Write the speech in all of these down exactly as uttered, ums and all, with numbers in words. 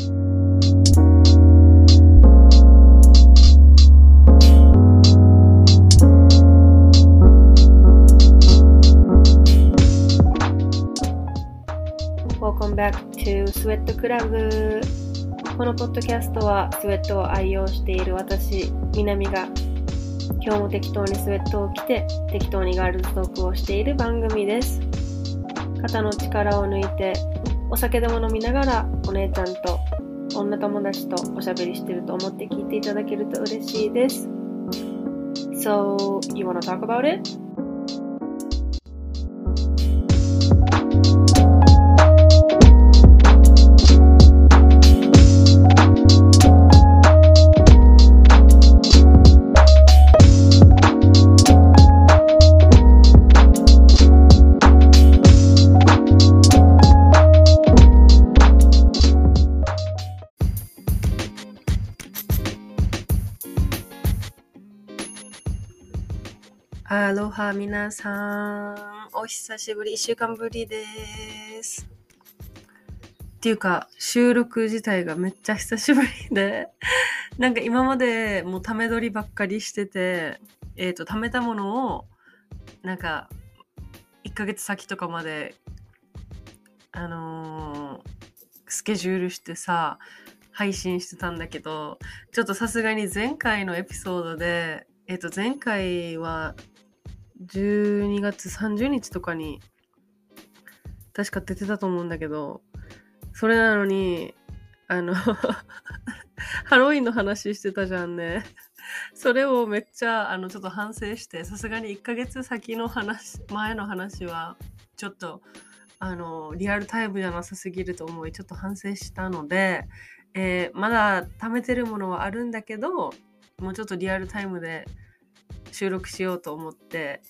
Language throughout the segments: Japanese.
Welcome back to Sweat Club。 このポッドキャストはスウェットを愛用している私、みなみが今日も適当にスウェットを着て適当にガールズトークをしている番組です。肩の力を抜いてお酒でも飲みながらお姉ちゃんと女友達とおしゃべりしてると思って聞いていただけると嬉しいです。 So, you wanna talk about it?アロハ皆さん、お久しぶり、いっしゅうかんぶりです。っていうか収録自体がめっちゃ久しぶりでなんか今までもうため撮りばっかりしてて、えーとためたものをなんかいっかげつ先とかまであのー、スケジュールしてさ配信してたんだけど、ちょっとさすがに前回のエピソードでえーと前回はじゅうにがつさんじゅうにちとかに確か出てたと思うんだけど、それなのにあのハロウィンの話してたじゃんね。それをめっちゃあのちょっと反省して、さすがにいっかげつ先の話前の話はちょっとあのリアルタイムじゃなさすぎると思い、ちょっと反省したので、えー、まだ貯めてるものはあるんだけど、もうちょっとリアルタイムで収録しようと思って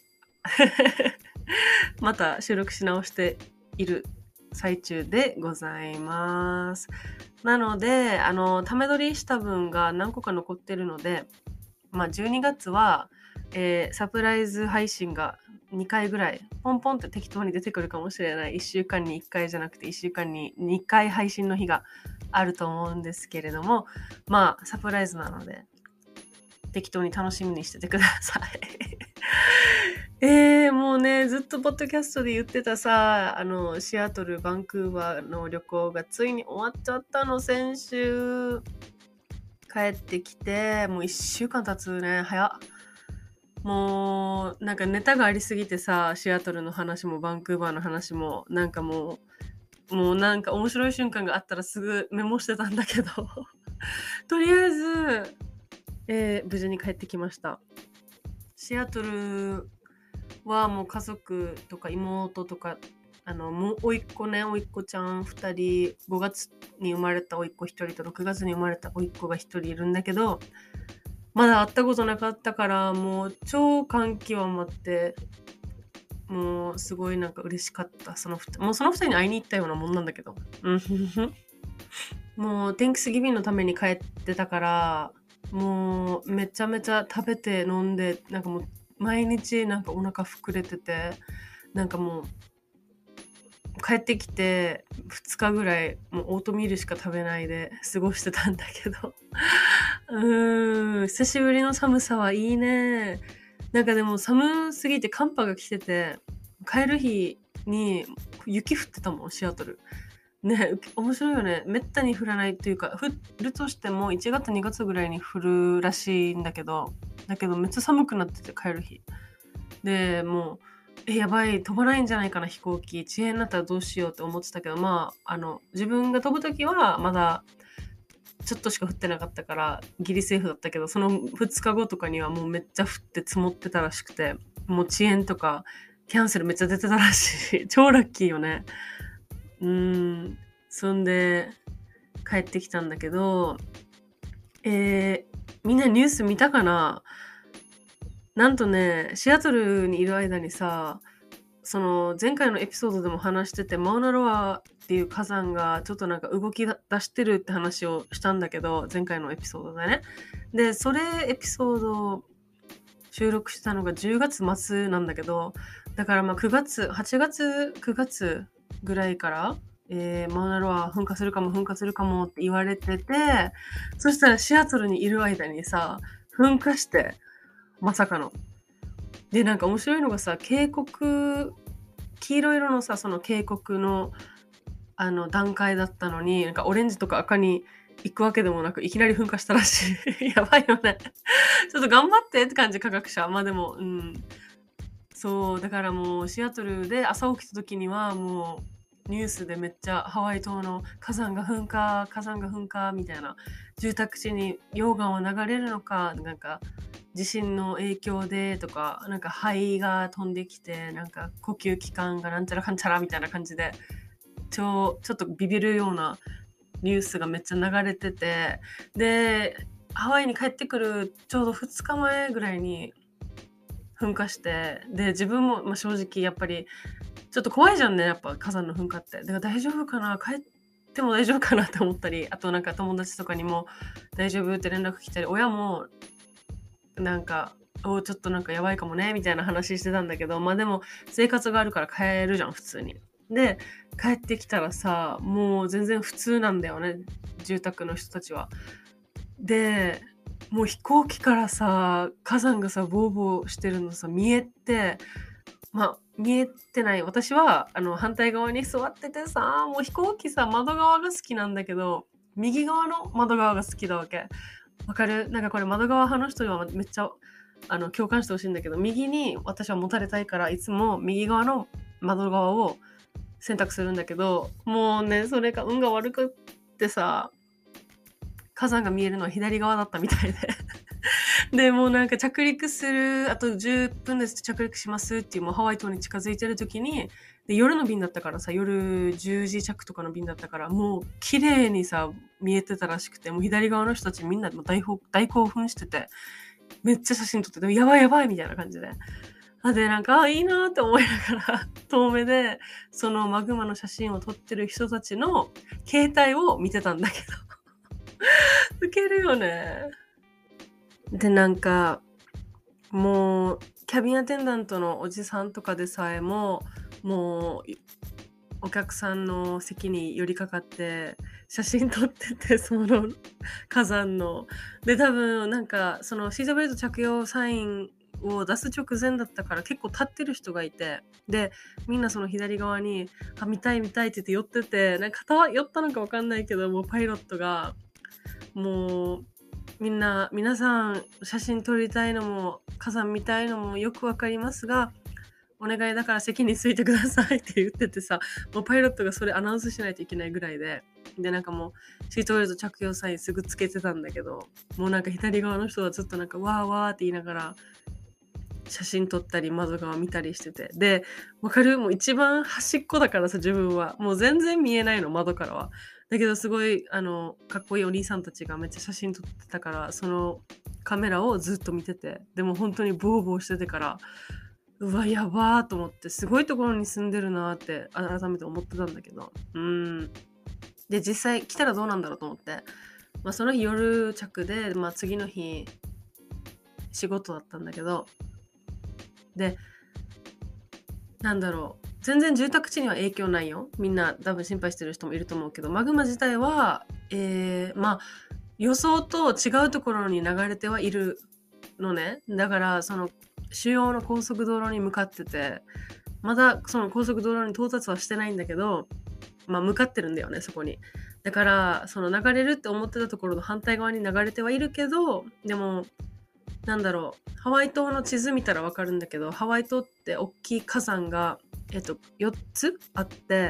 また収録し直している最中でございます。なのであのため撮りした分が何個か残ってるので、まあ、じゅうにがつは、えー、サプライズ配信がにかいぐらいポンポンって適当に出てくるかもしれない。いっしゅうかんにいっかいじゃなくていっしゅうかんににかい配信の日があると思うんですけれども、まあサプライズなので適当に楽しみにしててくださいえー、もうねずっとポッドキャストで言ってたさ、あのシアトルバンクーバーの旅行がついに終わっちゃったの。先週帰ってきてもういっしゅうかん経つね。早っ。もうなんかネタがありすぎてさ、シアトルの話もバンクーバーの話もなんかもうもうなんか面白い瞬間があったらすぐメモしてたんだけどとりあえず、えー、無事に帰ってきました。シアトルはもう家族とか妹とか、あのもう甥っ子ね、甥っ子ちゃんふたり、ごがつに生まれた甥っ子ひとりとろくがつに生まれた甥っ子がひとりいるんだけど、まだ会ったことなかったからもう超感極まって、もうすごいなんか嬉しかった。そのふたもうそのふたりに会いに行ったようなもんなんだけどもう Thanksgiving のために帰ってたから、もうめちゃめちゃ食べて飲んで、なんかもう毎日なんかお腹膨れてて、なんかもう帰ってきてふつかぐらいもうオートミールしか食べないで過ごしてたんだけどうーん、久しぶりの寒さはいいね。なんかでも寒すぎて寒波が来てて、帰る日に雪降ってたもん、シアトルね。面白いよね。めったに降らないというか、降るとしてもいちがつにがつぐらいに降るらしいんだけど、だけどめっちゃ寒くなってて、帰る日でもうえやばい、飛ばないんじゃないかな飛行機、遅延になったらどうしようって思ってたけど、まああの自分が飛ぶときはまだちょっとしか降ってなかったからギリセーフだったけど、そのふつかごとかにはもうめっちゃ降って積もってたらしくて、もう遅延とかキャンセルめっちゃ出てたらしい超ラッキーよね。うーん、そんで帰ってきたんだけど、えー、みんなニュース見たかな。なんとね、シアトルにいる間にさ、その前回のエピソードでも話してて、マウナロアっていう火山がちょっとなんか動き出してるって話をしたんだけど、前回のエピソードでね。で、それエピソードを収録したのがじゅうがつ末なんだけど、だからまあくがつ、はちがつ、くがつぐらいからえー、マウナロア噴火するかも噴火するかもって言われてて、そしたらシアトルにいる間にさ、噴火して、まさかの。で、なんか面白いのがさ、警告、黄色色のさ、その警告の、あの、段階だったのに、なんかオレンジとか赤に行くわけでもなく、いきなり噴火したらしい。やばいよね。ちょっと頑張ってって感じ、科学者。まあでも、うん。そう、だからもうシアトルで朝起きた時にはもうニュースでめっちゃハワイ島の火山が噴火、火山が噴火みたいな、住宅地に溶岩は流れるのか、なんか地震の影響でとか、なんか灰が飛んできて、なんか呼吸器官がなんちゃらかんちゃらみたいな感じで、ちょ、ちょっとビビるようなニュースがめっちゃ流れてて、で、ハワイに帰ってくるちょうどふつかまえぐらいに噴火して、で、自分も、まあ、正直やっぱりちょっと怖いじゃんね、やっぱ火山の噴火って。だから大丈夫かな、帰っても大丈夫かなって思ったり、あとなんか友達とかにも大丈夫って連絡来たり、親もなんか、おちょっとなんかやばいかもねみたいな話してたんだけど、まあでも生活があるから帰るじゃん、普通に。で、帰ってきたらさ、もう全然普通なんだよね、住宅の人たちは。で、もう飛行機からさ、火山がさ、ボーボーしてるのさ、見えて、まあ、見えてない。私は、あの、反対側に座っててさ、もう飛行機さ、窓側が好きなんだけど、右側の窓側が好きだわけ。わかる？なんかこれ窓側派の人にはめっちゃ、あの、共感してほしいんだけど、右に私は持たれたいから、いつも右側の窓側を選択するんだけど、もうね、それが運が悪くってさ、火山が見えるのは左側だったみたいで。で、もうなんか着陸する、あとじゅっぷんです着陸しますっていうもうハワイ島に近づいてる時に、で夜の便だったからさ、夜じゅうじ着とかの便だったから、もう綺麗にさ、見えてたらしくて、もう左側の人たちみんなもう 大, 大興奮してて、めっちゃ写真撮ってて、やばいやばいみたいな感じで。あで、なんか、あ、いいなって思いながら、遠目で、そのマグマの写真を撮ってる人たちの携帯を見てたんだけど。ウケるよね。で、なんか、もう、キャビンアテンダントのおじさんとかでさえも、もう、お客さんの席に寄りかかって、写真撮ってて、その火山の。で、多分、なんか、そのシートベルト着用サインを出す直前だったから結構立ってる人がいて、で、みんなその左側に、あ、見たい見たいって言って寄ってて、なんか肩寄ったのかわかんないけど、もうパイロットが、もう、みんな、皆さん写真撮りたいのも火山見たいのもよくわかりますが、お願いだから席についてくださいって言っててさ、もうパイロットがそれアナウンスしないといけないぐらいで、で、なんかもうシートベルト着用サインすぐつけてたんだけど、もうなんか左側の人はずっとなんかわーわーって言いながら写真撮ったり窓側見たりしてて、で、わかる？もう一番端っこだからさ、自分は。もう全然見えないの、窓からは。だけどすごい、あの、かっこいいお兄さんたちがめっちゃ写真撮ってたから、そのカメラをずっと見てて、でも本当にボーボーしててから、うわ、やばーと思って、すごいところに住んでるなーって改めて思ってたんだけど。うん。で、実際来たらどうなんだろうと思って。まあその日夜着で、まあ次の日仕事だったんだけど、で、なんだろう。全然住宅地には影響ないよ。みんな多分心配してる人もいると思うけど、マグマ自体は、えー、まあ予想と違うところに流れてはいるのね。だから、その主要の高速道路に向かってて、まだその高速道路に到達はしてないんだけど、まあ向かってるんだよね、そこに。だから、その流れるって思ってたところの反対側に流れてはいるけど、でも、なんだろう、ハワイ島の地図見たらわかるんだけど、ハワイ島って大きい火山が、えっと、よっつあって、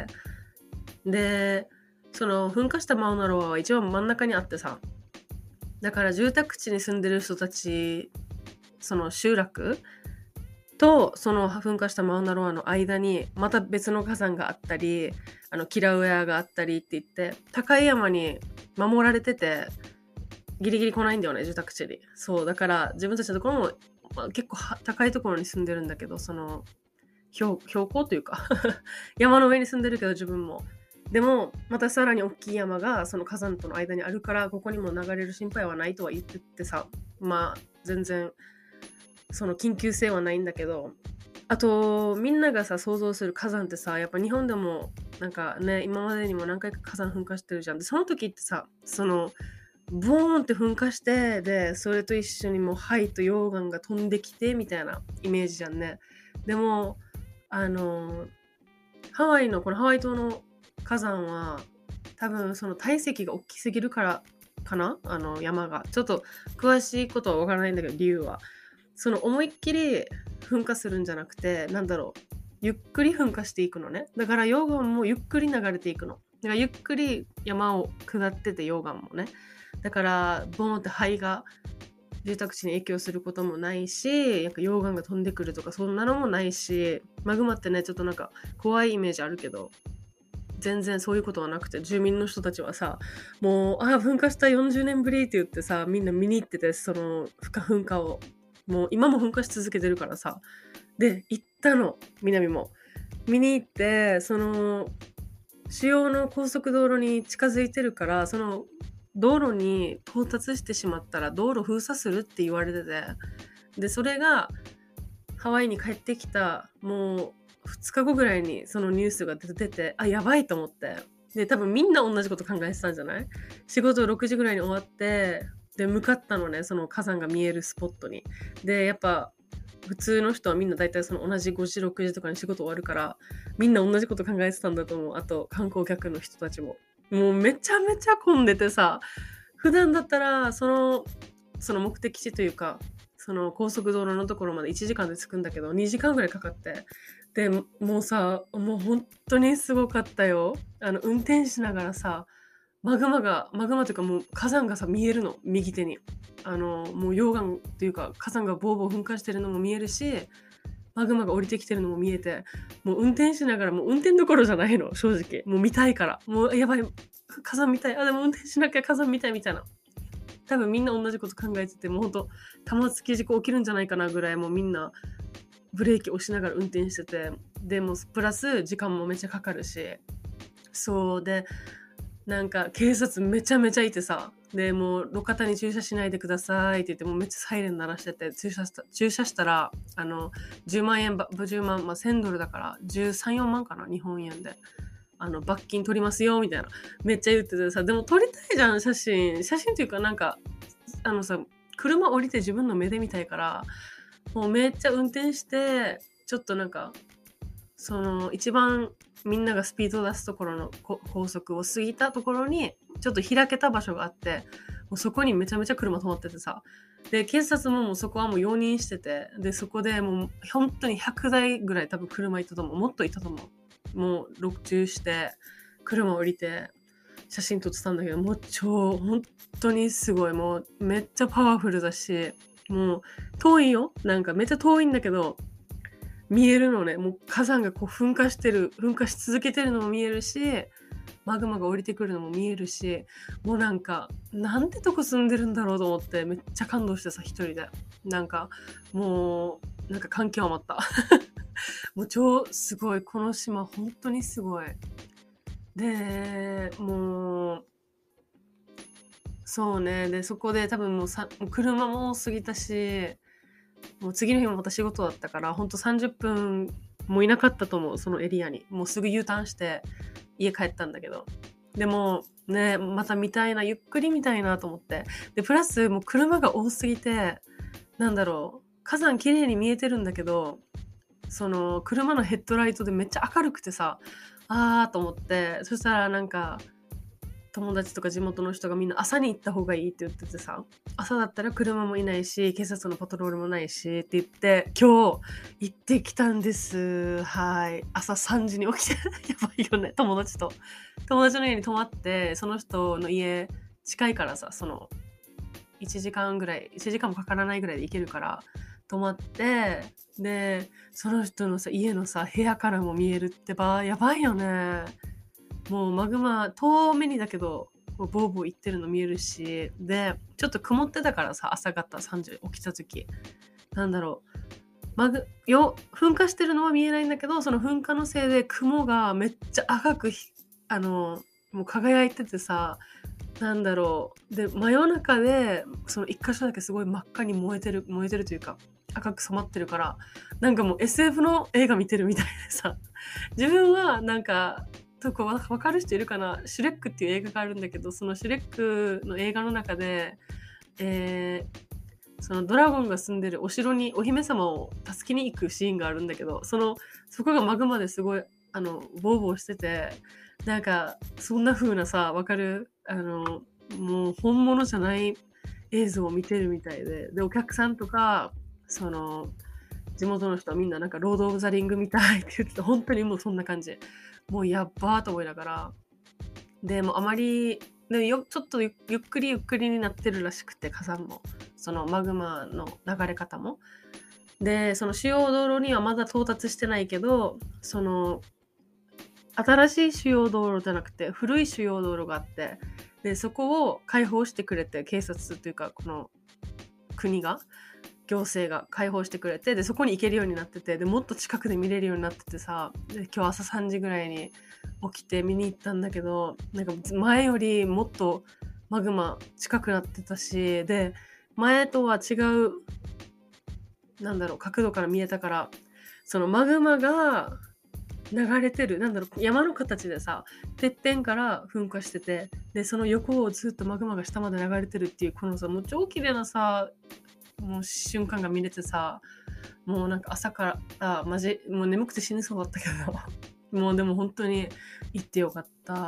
で、その噴火したマウナロアは一番真ん中にあってさ、だから住宅地に住んでる人たち、その集落とその噴火したマウナロアの間にまた別の火山があったり、あのキラウエアがあったりって言って、高い山に守られてて、ギリギリ来ないんだよね、住宅地に。そう、だから自分たちのところも、まあ、結構高いところに住んでるんだけど、その標、標高というか山の上に住んでるけど自分も。でも、またさらに大きい山がその火山との間にあるから、ここにも流れる心配はないとは言っててさ、まあ、全然、その緊急性はないんだけど、あと、みんながさ、想像する火山ってさ、やっぱ日本でもなんかね、今までにも何回か火山噴火してるじゃん。で、その時ってさ、その、ボーンって噴火して、で、それと一緒にもう灰と溶岩が飛んできてみたいなイメージじゃんね。でも、あの、ハワイの、このハワイ島の火山は、多分その体積が大きすぎるからかな、あの山が。ちょっと詳しいことはわからないんだけど、理由は。その思いっきり噴火するんじゃなくて、なんだろう。ゆっくり噴火していくのね。だから溶岩もゆっくり流れていくの。だからゆっくり山を下ってて、溶岩もね。だからボーンって灰が住宅地に影響することもないし、なんか溶岩が飛んでくるとかそんなのもないし、マグマってねちょっとなんか怖いイメージあるけど、全然そういうことはなくて、住民の人たちはさ、もうあ噴火したよんじゅうねんぶりって言ってさ、みんな見に行ってて、その噴火をもう今も噴火し続けてるからさ、で行ったの、南も見に行って、その主要の高速道路に近づいてるから、その道路に到達してしまったら道路封鎖するって言われてて、でそれがハワイに帰ってきたもうふつかごぐらいにそのニュースが出て、あやばいと思って、で多分みんな同じこと考えてたんじゃない？仕事ろくじぐらいに終わって、で向かったのね、その火山が見えるスポットに。でやっぱ普通の人はみんな大体その同じごじろくじとかに仕事終わるから、みんな同じこと考えてたんだと思う。あと観光客の人たちももうめちゃめちゃ混んでてさ、普段だったらそのその目的地というかその高速道路のところまでいちじかんで着くんだけど、にじかんぐらいかかって、でもうさ、もう本当にすごかったよ。あの運転しながらさ、マグマがマグマというかもう火山がさ見えるの、右手に。あのもう溶岩っていうか火山がボーボー噴火してるのも見えるし、マグマが降りてきてるのも見えて、もう運転しながら、もう運転どころじゃないの、正直。もう見たいから、もうやばい、火山見たい、あでも運転しなきゃ火山見たいみたいな。多分みんな同じこと考えてて、もうほんと玉突き事故起きるんじゃないかなぐらい、もうみんなブレーキ押しながら運転してて、でもプラス時間もめっちゃかかるし、そうでなんか警察めちゃめちゃいてさ、でもう路肩に駐車しないでくださいって言って、もうめっちゃサイレン鳴らしてて、駐車した駐車したらあのじゅうまんえん、じゅうまん、まあ、せんドルだからじゅうさん、よんまんかな、日本円であの罰金取りますよみたいなめっちゃ言っててさ、でも撮りたいじゃん、写真写真っていうか、なんかあのさ、車降りて自分の目で見たいから、もうめっちゃ運転して、ちょっとなんかその一番みんながスピードを出すところの高速を過ぎたところにちょっと開けた場所があって、もうそこにめちゃめちゃ車止まっててさ、で警察ももうそこはもう容認してて、でそこでもう本当にひゃくだいぐらい多分車いたと思う、もっといたと思う。もう録中して車降りて写真撮ってたんだけど、もう超本当にすごい、もうめっちゃパワフルだし、もう遠いよ、なんかめっちゃ遠いんだけど見えるのね。もう火山がこう噴火してる、噴火し続けてるのも見えるし、マグマが降りてくるのも見えるし、もうなんかなんてとこ住んでるんだろうと思って、めっちゃ感動してさ、一人でなんかもうなんか感極まったもう超すごい、この島本当にすごい。でもうそうね、でそこで多分もうさ車も過ぎたし、もう次の日もまた仕事だったから、ほんとさんじゅっぷんもいなかったと思う、そのエリアに。もうすぐ U ターンして家帰ったんだけど、でもね、また見たいな、ゆっくり見たいなと思って、でプラスもう車が多すぎて、なんだろう、火山綺麗に見えてるんだけど、その車のヘッドライトでめっちゃ明るくてさ、あーと思って、そしたらなんか友達とか地元の人がみんな朝に行った方がいいって言っててさ、朝だったら車もいないし警察のパトロールもないしって言って、今日行ってきたんです。はい、朝さんじに起きてやばいよね、友達と友達の家に泊まって、その人の家近いからさ、そのいちじかんぐらいいちじかんもかからないぐらいで行けるから泊まって、でその人のさ家のさ部屋からも見えるってばやばいよね。もうマグマ遠目にだけどボーボーいってるの見えるし、でちょっと曇ってたからさ、朝方さんじ起きた時なんだろう、マグよ噴火してるのは見えないんだけど、その噴火のせいで雲がめっちゃ赤くあのもう輝いててさ、なんだろう、で真夜中でその一箇所だけすごい真っ赤に燃えてる燃えてるというか赤く染まってるから、なんかもう エスエフ の映画見てるみたいでさ、自分はなんかとこわかる人いるかな。シュレックっていう映画があるんだけど、そのシュレックの映画の中で、えーそのドラゴンが住んでるお城にお姫様を助けに行くシーンがあるんだけど、そのそこがマグマですごいあのボーボーしてて、なんかそんな風なさ、わかる、あのもう本物じゃない映像を見てるみたいで、でお客さんとかその地元の人はみんななんかロード・オブ・ザ・リングみたいって言ってて、本当にもうそんな感じ、もうやっばーと思いながら、でもあまりでよちょっとゆゆっくりゆっくりになってるらしくて、火山もそのマグマの流れ方も、でその主要道路にはまだ到達してないけど、その新しい主要道路じゃなくて古い主要道路があって、でそこを開放してくれて、警察というかこの国が行政が開放してくれて、でそこに行けるようになってて、でもっと近くで見れるようになっててさ、で今日朝さんじぐらいに起きて見に行ったんだけど、なんか前よりもっとマグマ近くなってたし、で前とは違うなんだろう角度から見えたから、そのマグマが流れてる、なんだろう、山の形でさ、てっぺんから噴火してて、でその横をずっとマグマが下まで流れてるっていう、このさ、もう超綺麗なさ、もう瞬間が見れてさ、もうなんか朝からマジもう眠くて死にそうだったけどもうでも本当に行ってよかった。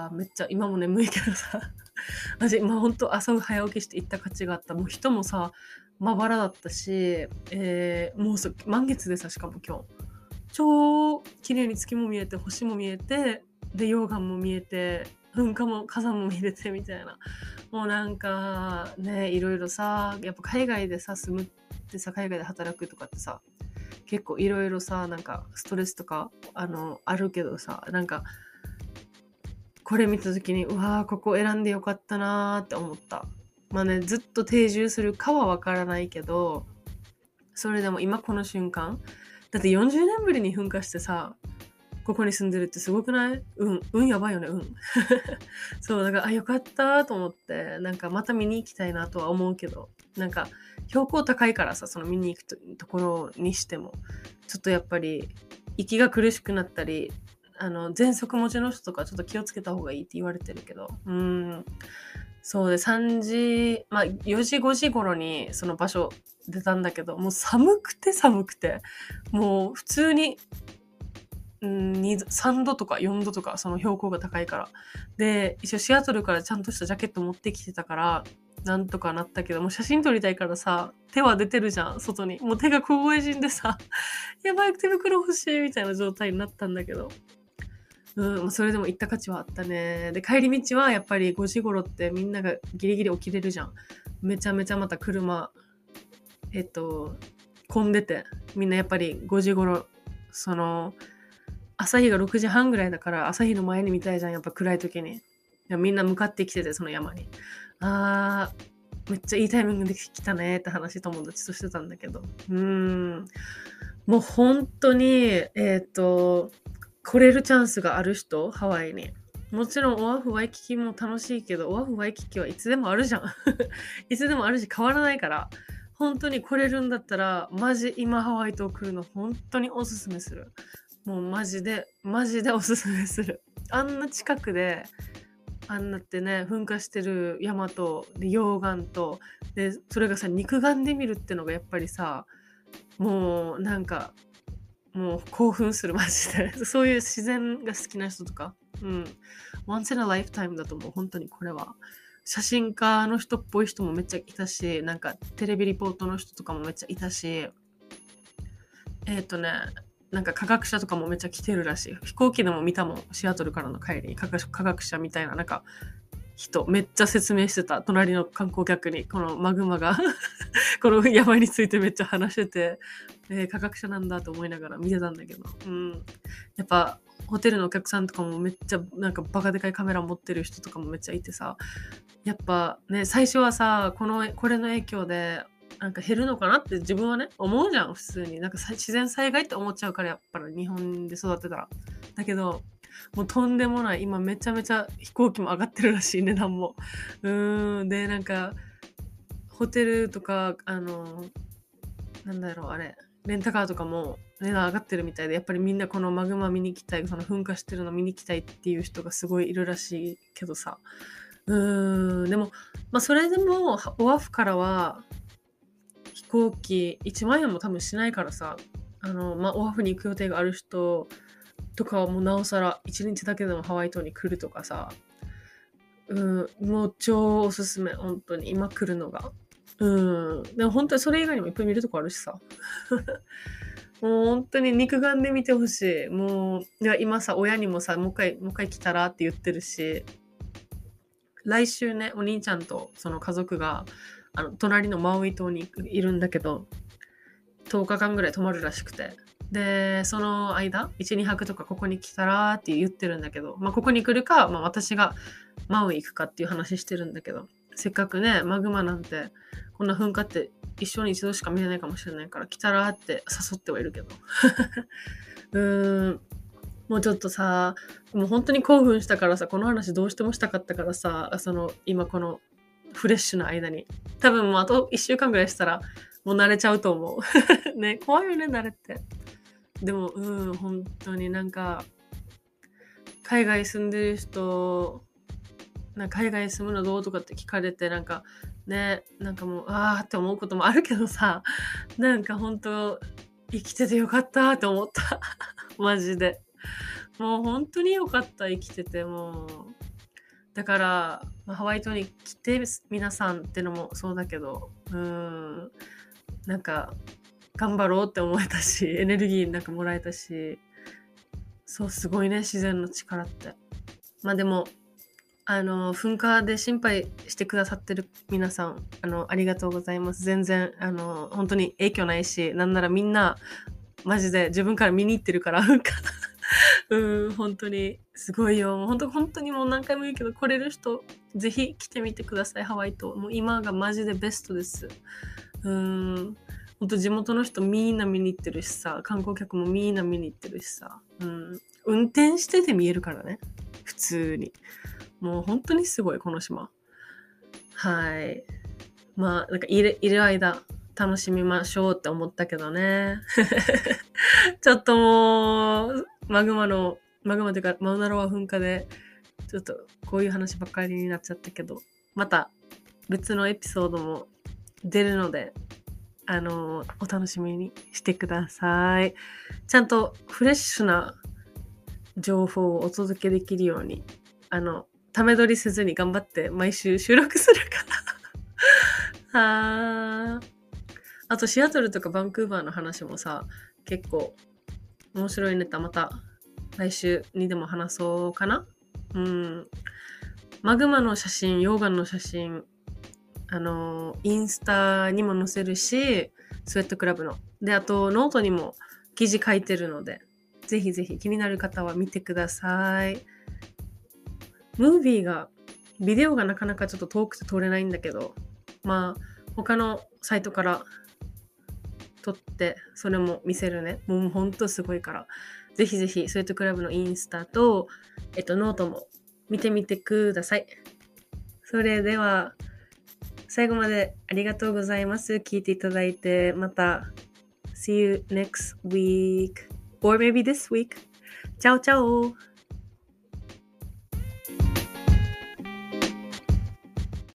めっちゃ今も眠いけどさマジまあ本当朝早起きして行った価値があった。もう人もさまばらだったし、えー、もうそ満月でさ、しかも今日超綺麗に月も見えて星も見えて、で溶岩も見えて噴火も火山も見れてみたいな、もうなんかね、いろいろさ、やっぱ海外でさ住むってさ、海外で働くとかってさ、結構いろいろさ、なんかストレスとかあのあるけどさ、なんかこれ見た時に、うわーここ選んでよかったなーって思った。まあね、ずっと定住するかはわからないけど、それでも今この瞬間だってよんじゅうねんぶりに噴火してさ、ここに住んでるってすごくない？うん、運やばいよね、うん。そうだから、あ、よかったと思って、なんかまた見に行きたいなとは思うけど、なんか標高高いからさ、その見に行く と, ところにしてもちょっとやっぱり息が苦しくなったり、あの喘息持ちの人とかちょっと気をつけた方がいいって言われてるけど、うーん、そうでさんじ、まあよじごじ頃にその場所出たんだけど、もう寒くて寒くて、もう普通ににさんどとかよんどとか、その標高が高いから。で一応シアトルからちゃんとしたジャケット持ってきてたからなんとかなったけど、もう写真撮りたいからさ、手は出てるじゃん、外に。もう手が凍え死んでさやばい、手袋欲しいみたいな状態になったんだけど、うん、それでも行った価値はあったね。で帰り道はやっぱりごじ頃ってみんながギリギリ起きれるじゃん。めちゃめちゃまた車えっと混んでて、みんなやっぱりごじ頃、その朝日がろくじはんぐらいだから、朝日の前に見たいじゃん、やっぱ暗い時に。みんな向かってきてて、その山に。あー、めっちゃいいタイミングで来たねって話友達としてたんだけど。うーん。もう本当に、えっと、来れるチャンスがある人、ハワイに。もちろんオアフワイキキも楽しいけど、オアフワイキキはいつでもあるじゃん。いつでもあるし変わらないから。本当に来れるんだったら、マジ今ハワイ島来るの本当におすすめする。もうマジでマジでおすすめする。あんな近くであんなってね、噴火してる山とで溶岩とで、それがさ肉眼で見るってのがやっぱりさ、もうなんかもう興奮する、マジでそういう自然が好きな人とか、うん、once in a lifetime だと思う。本当にこれは写真家の人っぽい人もめっちゃいたし、なんかテレビリポートの人とかもめっちゃいたし、えっとねなんか科学者とかもめっちゃ来てるらしい。飛行機でも見たもん、シアトルからの帰りに科学者みたいななんか人めっちゃ説明してた。隣の観光客にこのマグマがこの山についてめっちゃ話してて、えー、科学者なんだと思いながら見てたんだけど、うん、やっぱホテルのお客さんとかもめっちゃなんかバカでかいカメラ持ってる人とかもめっちゃいてさ、やっぱね最初はさこのこれの影響でなんか減るのかなって自分はね思うじゃん。普通になんか自然災害って思っちゃうから、やっぱり日本で育ってたら。だけどもうとんでもない、今めちゃめちゃ飛行機も上がってるらしい、値段も。うーんでなんかホテルとかあのなんだろうあれレンタカーとかも値段上がってるみたいで、やっぱりみんなこのマグマ見に行きたい、その噴火してるの見に行きたいっていう人がすごいいるらしいけどさ。うーん、でも、まあそれでも、オアフからは飛行機いちまんえんも多分しないからさ、あの、まあオアフに行く予定がある人とかはもうなおさらいちにちだけでもハワイ島に来るとかさ、うん、もう超おすすめ、本当に今来るのが。うん、でも本当にそれ以外にもいっぱい見るとこあるしさ。もう本当に肉眼で見てほしい。もう、いや今さ、親にもさ、もう一回、もう一回来たらって言ってるし、来週ね、お兄ちゃんとその家族が、あの、隣のマウイ島にいるんだけど、とおかかんぐらい泊まるらしくて。で、その間、いち、にはくとかここに来たらって言ってるんだけど、まあ、ここに来るか、まあ、私がマウイ行くかっていう話してるんだけど、せっかくね、マグマなんて、こんな噴火って一生に一度しか見れないかもしれないから、来たらって誘ってはいるけど。うーん。もうちょっとさ、もう本当に興奮したからさ、この話どうしてもしたかったからさ、その、今このフレッシュな間に。多分もうあといっしゅうかんぐらいしたら、もう慣れちゃうと思う。ね、怖いよね、慣れって。でも、うん、本当になんか、海外住んでる人、なんか海外住むのどうとかって聞かれて、なんか、ね、なんかもう、あーって思うこともあるけどさ、なんか本当、生きててよかったって思った。マジで。もう本当によかった、生きてて、もう。だから、まあ、ハワイ島に来て皆さんってのもそうだけど、うーん、なんか、頑張ろうって思えたし、エネルギーなんかもらえたし、そう、すごいね、自然の力って。まあでも、あの、噴火で心配してくださってる皆さん、あの、ありがとうございます。全然、あの、本当に影響ないし、なんならみんな、マジで自分から見に行ってるから、噴火。うん、本当に、すごいよ。本当、本当にもう何回も言うけど、来れる人、ぜひ来てみてください、ハワイ島。もう今がマジでベストです。うん。ほんと地元の人みんな見に行ってるしさ、観光客もみんな見に行ってるしさ、うん。運転してて見えるからね。普通に。もう本当にすごい、この島。はい。まあ、なんかいる、いる間、楽しみましょうって思ったけどね。ちょっともう、マグマの、マグマというか、マウナロア噴火で、ちょっとこういう話ばっかりになっちゃったけど、また別のエピソードも出るので、あの、お楽しみにしてください。ちゃんとフレッシュな情報をお届けできるように、あの、ため撮りせずに頑張って毎週収録するから。はー。あとシアトルとかバンクーバーの話もさ、結構面白いネタまた来週にでも話そうかな。うん。マグマの写真、溶岩の写真、あの、インスタにも載せるし、スウェットクラブの。で、あとノートにも記事書いてるので、ぜひぜひ気になる方は見てください。ムービーが、ビデオがなかなかちょっと遠くて撮れないんだけど、まあ、他のサイトから撮って、それも見せるね。もうほんとすごいから。ぜひぜひ、スウェットクラブのインスタと、えっと、ノートも見てみてください。それでは、最後までありがとうございます。聞いていただいて、また、See you next week. Or maybe this week. チャオチャオ